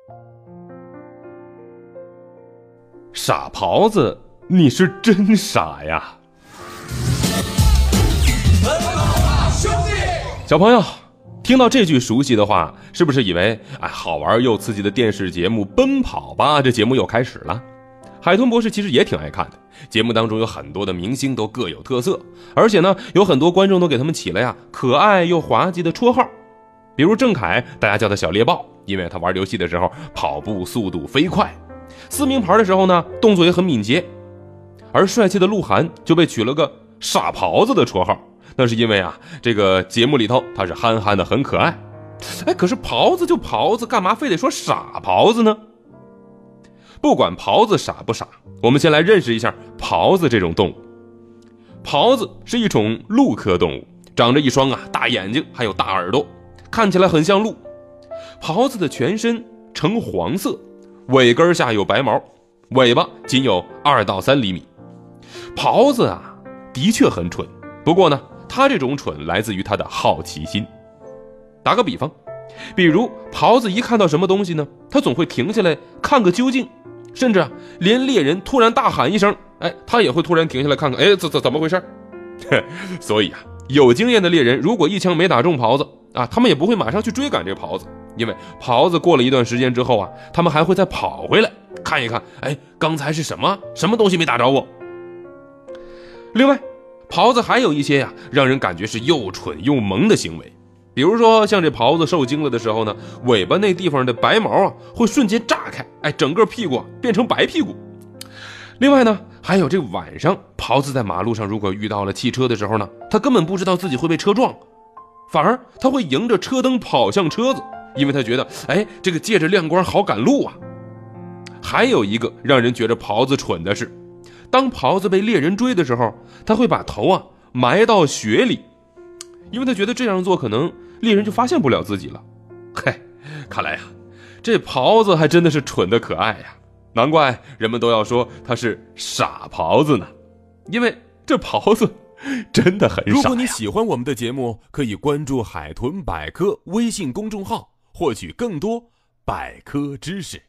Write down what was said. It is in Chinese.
傻狍子，你是真傻呀！小朋友，听到这句熟悉的话，是不是以为好玩又刺激的电视节目《奔跑吧》这节目又开始了？海豚博士其实也挺爱看的，节目当中有很多的明星都各有特色，而且呢，有很多观众都给他们起了可爱又滑稽的绰号。比如郑恺，大家叫他小猎豹，因为他玩游戏的时候跑步速度飞快；撕名牌的时候呢，动作也很敏捷。而帅气的鹿晗就被取了个傻狍子的绰号，那是因为这个节目里头他是憨憨的很可爱。可是狍子就狍子，干嘛非得说傻狍子呢？不管狍子傻不傻，我们先来认识一下狍子这种动物。狍子是一种鹿科动物，长着一双大眼睛，还有大耳朵，看起来很像鹿。狍子的全身呈黄色，尾根下有白毛，尾巴仅有2到3厘米。狍子的确很蠢，不过呢，它这种蠢来自于它的好奇心。打个比方，比如狍子一看到什么东西呢，它总会停下来看个究竟，甚至连猎人突然大喊一声，它也会突然停下来看看，怎么回事？所以有经验的猎人如果一枪没打中狍子他们也不会马上去追赶这个狍子，因为狍子过了一段时间之后他们还会再跑回来看一看，刚才是什么东西没打着我。另外，狍子还有一些让人感觉是又蠢又萌的行为，比如说像这狍子受惊了的时候呢，尾巴那地方的白毛会瞬间炸开，整个屁股变成白屁股。另外呢，还有这晚上狍子在马路上如果遇到了汽车的时候呢，他根本不知道自己会被车撞，反而他会迎着车灯跑向车子，因为他觉得这个借着亮光好赶路啊。还有一个让人觉得狍子蠢的是，当狍子被猎人追的时候，他会把头埋到雪里，因为他觉得这样做可能猎人就发现不了自己了。看来这狍子还真的是蠢的可爱呀，难怪人们都要说他是傻狍子呢，因为这狍子真的很傻呀。 如果你喜欢我们的节目，可以关注海豚百科微信公众号，获取更多百科知识。